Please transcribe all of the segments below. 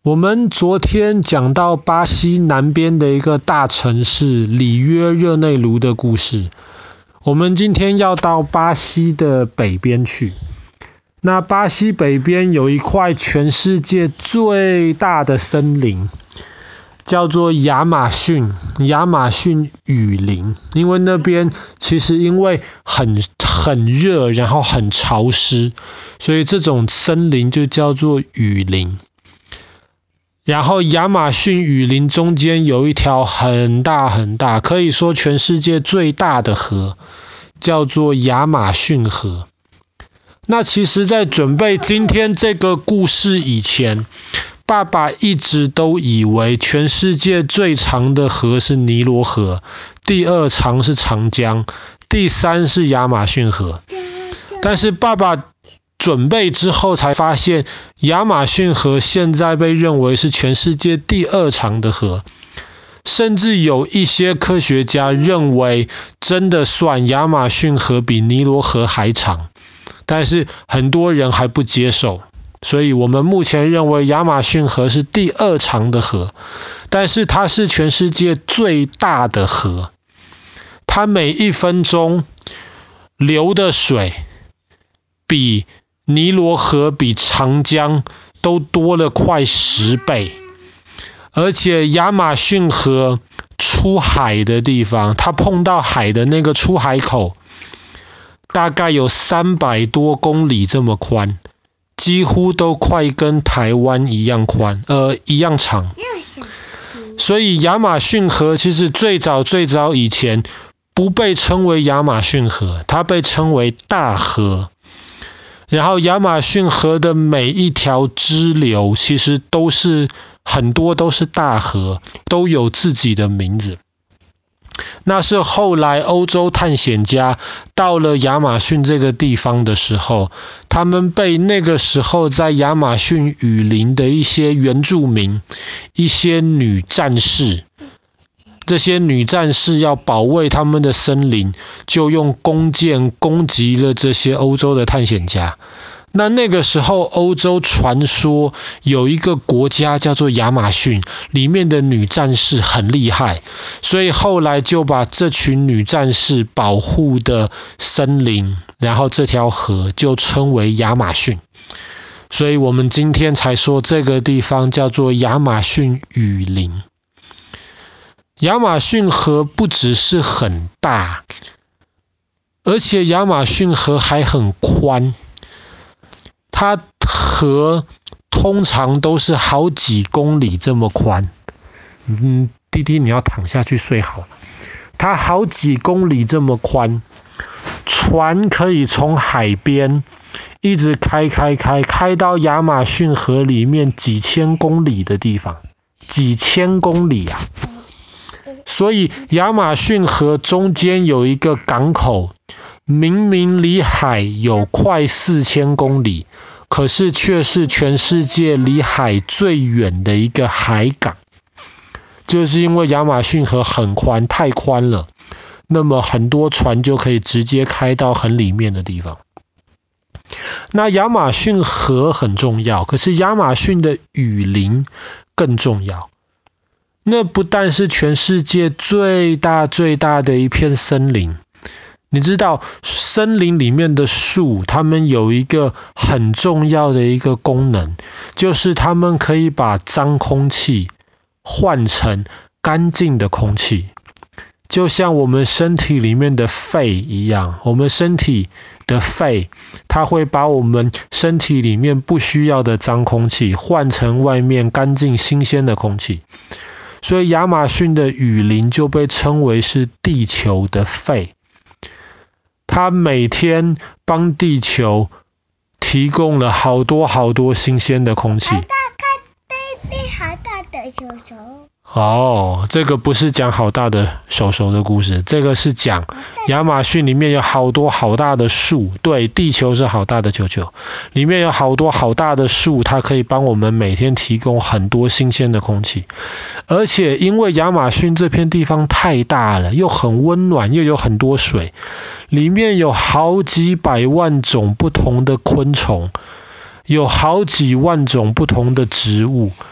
我们昨天讲到巴西南边的一个大城市里约热内卢的故事，我们今天要到巴西的北边去。那巴西北边有一块全世界最大的森林，叫做亚马逊雨林。因为那边其实因为很热，然后很潮湿，所以这种森林就叫做雨林。然后亚马逊雨林中间有一条很大，可以说全世界最大的河，叫做亚马逊河。那其实在准备今天这个故事以前，爸爸一直都以为全世界最长的河是尼罗河，第二长是长江，第三是亚马逊河。但是爸爸准备之后才发现，亚马逊河现在被认为是全世界第二长的河，甚至有一些科学家认为真的算亚马逊河比尼罗河还长，但是很多人还不接受，所以我们目前认为亚马逊河是第二长的河，但是它是全世界最大的河，它每1分钟流的水比尼罗河比长江都多了快10倍，而且亚马逊河出海的地方，它碰到海的那个出海口，大概有300多公里这么宽，几乎都快跟台湾一样长。所以亚马逊河其实最早以前不被称为亚马逊河，它被称为大河。然后亚马逊河的每一条支流其实很多都是大河，都有自己的名字。那是后来欧洲探险家到了亚马逊这个地方的时候，他们被那个时候在亚马逊雨林的一些原住民，一些女战士，这些女战士要保卫他们的森林，就用弓箭攻击了这些欧洲的探险家。那个时候欧洲传说有一个国家叫做亚马逊，里面的女战士很厉害，所以后来就把这群女战士保护的森林，然后这条河就称为亚马逊。所以我们今天才说这个地方叫做亚马逊雨林。亚马逊河不只是很大，而且亚马逊河还很宽。它河通常都是好几公里这么宽。弟弟你要躺下去睡好了。它好几公里这么宽，船可以从海边一直开到亚马逊河里面几千公里的地方，几千公里啊！所以亚马逊河中间有一个港口，明明离海有快4000公里，可是却是全世界离海最远的一个海港。就是因为亚马逊河很宽，太宽了，那么很多船就可以直接开到很里面的地方。那亚马逊河很重要，可是亚马逊的雨林更重要。那不但是全世界最大的一片森林，你知道森林里面的树，它们有一个很重要的一个功能，就是它们可以把脏空气换成干净的空气。就像我们身体里面的肺一样，我们身体的肺，它会把我们身体里面不需要的脏空气换成外面干净新鲜的空气。所以亚马逊的雨林就被称为是地球的肺，它每天帮地球提供了好多新鲜的空气。 好大的球球。 这个不是讲好大的手的故事，这个是讲亚马逊里面有好多好大的树，对，地球是好大的球球，里面有好多好大的树，它可以帮我们每天提供很多新鲜的空气。而且因为亚马逊这片地方太大了，又很温暖，又有很多水，里面有好几百万种不同的昆虫，有好几万种不同的植物，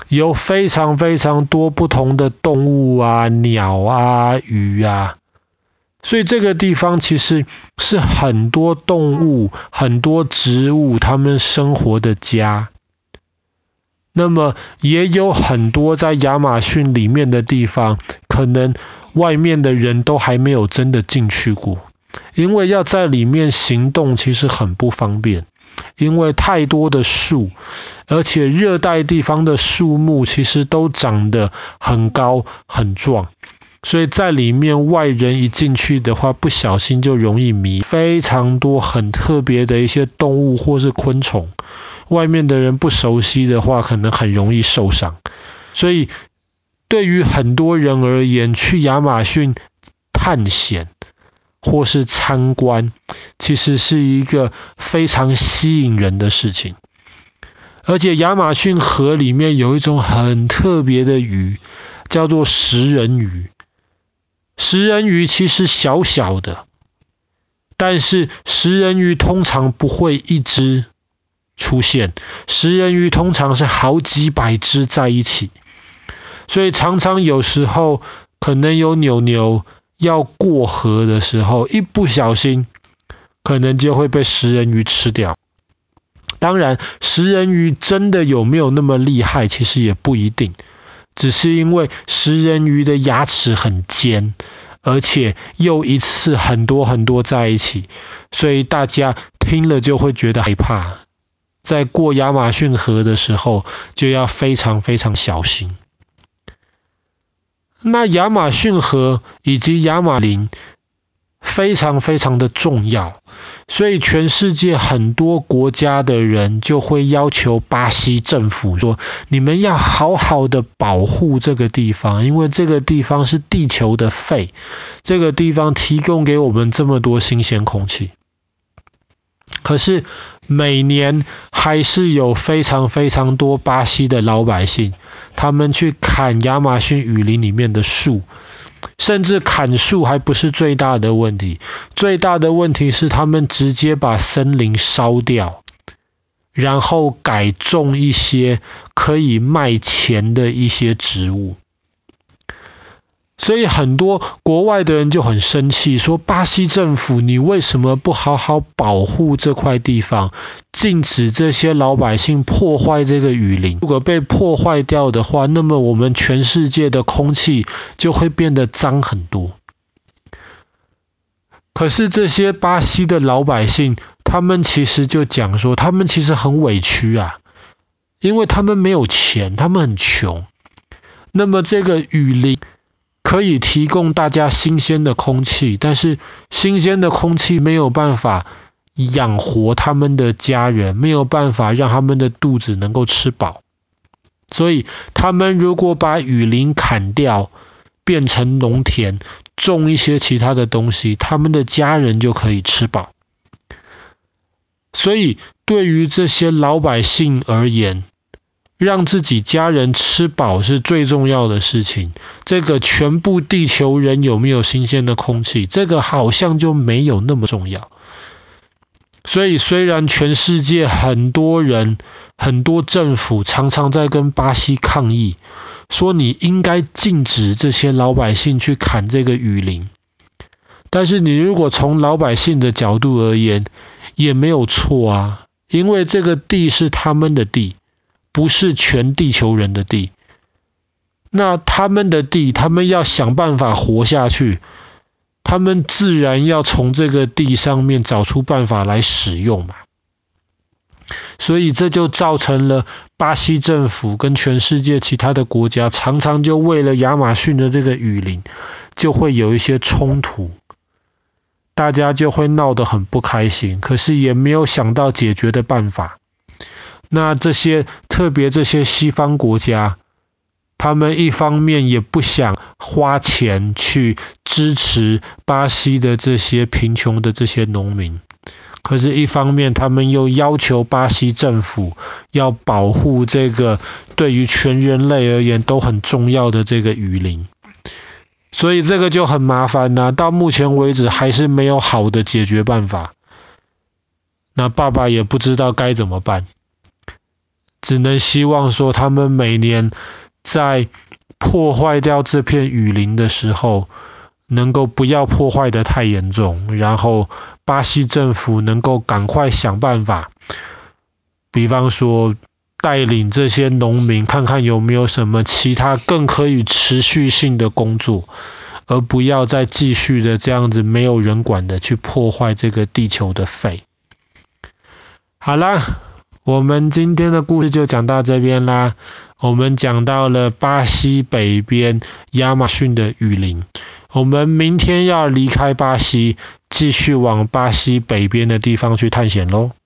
有非常非常多不同的动物啊、鸟啊、鱼啊，所以这个地方其实是很多动物、很多植物它们生活的家。那么也有很多在亚马逊里面的地方，可能外面的人都还没有真的进去过，因为要在里面行动其实很不方便，因为太多的树，而且热带地方的树木其实都长得很高很壮，所以在里面外人一进去的话，不小心就容易迷非常多很特别的一些动物或是昆虫，外面的人不熟悉的话，可能很容易受伤。所以对于很多人而言，去亚马逊探险或是参观，其实是一个非常吸引人的事情。而且亚马逊河里面有一种很特别的鱼，叫做食人鱼。食人鱼其实小小的，但是食人鱼通常不会一只出现，食人鱼通常是好几百只在一起，所以常常有时候可能有牛牛要过河的时候，一不小心可能就会被食人鱼吃掉。当然，食人鱼真的有没有那么厉害，其实也不一定，只是因为食人鱼的牙齿很尖，而且又一次很多很多在一起，所以大家听了就会觉得害怕。在过亚马逊河的时候，就要非常非常小心。那亚马逊河以及亚马林非常非常的重要，所以全世界很多国家的人就会要求巴西政府说，你们要好好的保护这个地方，因为这个地方是地球的肺，这个地方提供给我们这么多新鲜空气。可是每年还是有非常非常多巴西的老百姓，他们去砍亚马逊雨林里面的树，甚至砍树还不是最大的问题，最大的问题是他们直接把森林烧掉，然后改种一些可以卖钱的一些植物。所以很多国外的人就很生气，说巴西政府你为什么不好好保护这块地方，禁止这些老百姓破坏这个雨林。如果被破坏掉的话，那么我们全世界的空气就会变得脏很多。可是这些巴西的老百姓，他们其实就讲说，他们其实很委屈啊，因为他们没有钱，他们很穷。那么这个雨林可以提供大家新鲜的空气，但是新鲜的空气没有办法养活他们的家人，没有办法让他们的肚子能够吃饱。所以他们如果把雨林砍掉，变成农田，种一些其他的东西，他们的家人就可以吃饱。所以对于这些老百姓而言，让自己家人吃饱是最重要的事情。这个全部地球人有没有新鲜的空气，这个好像就没有那么重要。所以虽然全世界很多人、很多政府常常在跟巴西抗议，说你应该禁止这些老百姓去砍这个雨林，但是你如果从老百姓的角度而言，也没有错啊，因为这个地是他们的地，不是全地球人的地。那他们的地，他们要想办法活下去，他们自然要从这个地上面找出办法来使用嘛。所以这就造成了巴西政府跟全世界其他的国家常常就为了亚马逊的这个雨林就会有一些冲突，大家就会闹得很不开心，可是也没有想到解决的办法。那特别这些西方国家，他们一方面也不想花钱去支持巴西的这些贫穷的这些农民，可是一方面他们又要求巴西政府要保护这个对于全人类而言都很重要的这个雨林。所以这个就很麻烦啊，到目前为止还是没有好的解决办法。那爸爸也不知道该怎么办。 只能希望说他们每年在破坏掉这片雨林的时候，能够不要破坏得太严重，然后巴西政府能够赶快想办法，比方说带领这些农民看看有没有什么其他更可以持续性的工作，而不要再继续的这样子没有人管的去破坏这个地球的肺。好啦，我们今天的故事就讲到这边啦。我们讲到了巴西北边亚马逊的雨林，我们明天要离开巴西，继续往巴西北边的地方去探险咯。